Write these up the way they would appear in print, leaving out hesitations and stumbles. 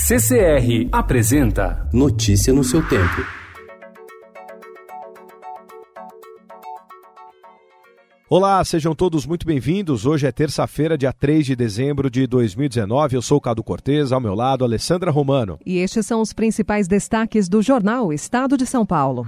CCR apresenta Notícia no seu tempo. Olá, sejam todos muito bem-vindos. Hoje é terça-feira, dia 3 de dezembro de 2019. Eu sou o Cadu Cortez, ao meu lado, Alessandra Romano. E estes são os principais destaques do jornal Estado de São Paulo.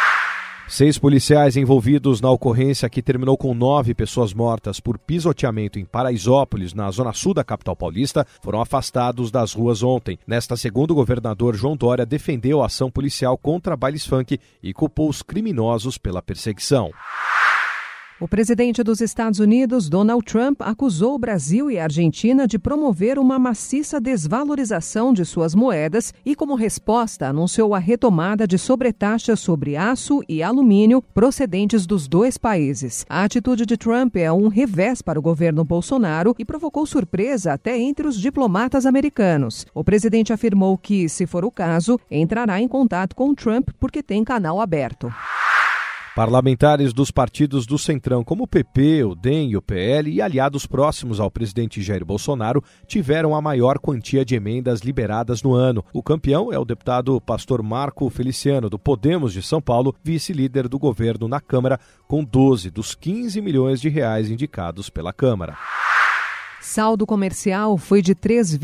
6 policiais envolvidos na ocorrência que terminou com 9 pessoas mortas por pisoteamento em Paraisópolis, na zona sul da capital paulista, foram afastados das ruas ontem. Nesta segunda, o governador João Dória defendeu a ação policial contra bailes funk e culpou os criminosos pela perseguição. O presidente dos Estados Unidos, Donald Trump, acusou o Brasil e a Argentina de promover uma maciça desvalorização de suas moedas e, como resposta, anunciou a retomada de sobretaxas sobre aço e alumínio procedentes dos dois países. A atitude de Trump é um revés para o governo Bolsonaro e provocou surpresa até entre os diplomatas americanos. O presidente afirmou que, se for o caso, entrará em contato com Trump porque tem canal aberto. Parlamentares dos partidos do Centrão, como o PP, o DEM e o PL, e aliados próximos ao presidente Jair Bolsonaro, tiveram a maior quantia de emendas liberadas no ano. O campeão é o deputado pastor Marco Feliciano, do Podemos de São Paulo, vice-líder do governo na Câmara, com 12 dos 15 milhões de reais indicados pela Câmara. Saldo comercial foi de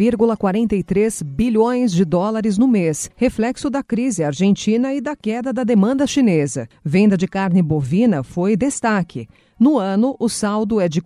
3,43 bilhões de dólares no mês, reflexo da crise argentina e da queda da demanda chinesa. Venda de carne bovina foi destaque. No ano, o saldo é de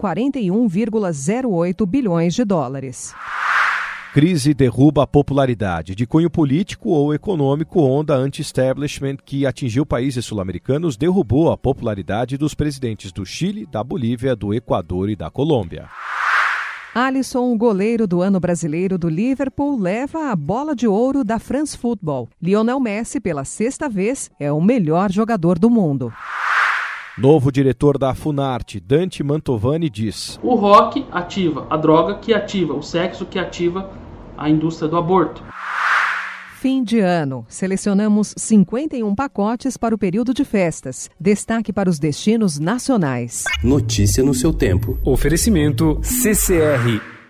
41,08 bilhões de dólares. Crise derruba a popularidade. De cunho político ou econômico, onda anti-establishment que atingiu países sul-americanos derrubou a popularidade dos presidentes do Chile, da Bolívia, do Equador e da Colômbia. Alisson, o goleiro do ano brasileiro do Liverpool, leva a bola de ouro da France Football. Lionel Messi, pela 6ª vez, é o melhor jogador do mundo. Novo diretor da Funarte, Dante Mantovani, diz: o rock ativa a droga, que ativa o sexo, que ativa a indústria do aborto. Fim de ano. Selecionamos 51 pacotes para o período de festas. Destaque para os destinos nacionais. Notícia no seu tempo. Oferecimento CCR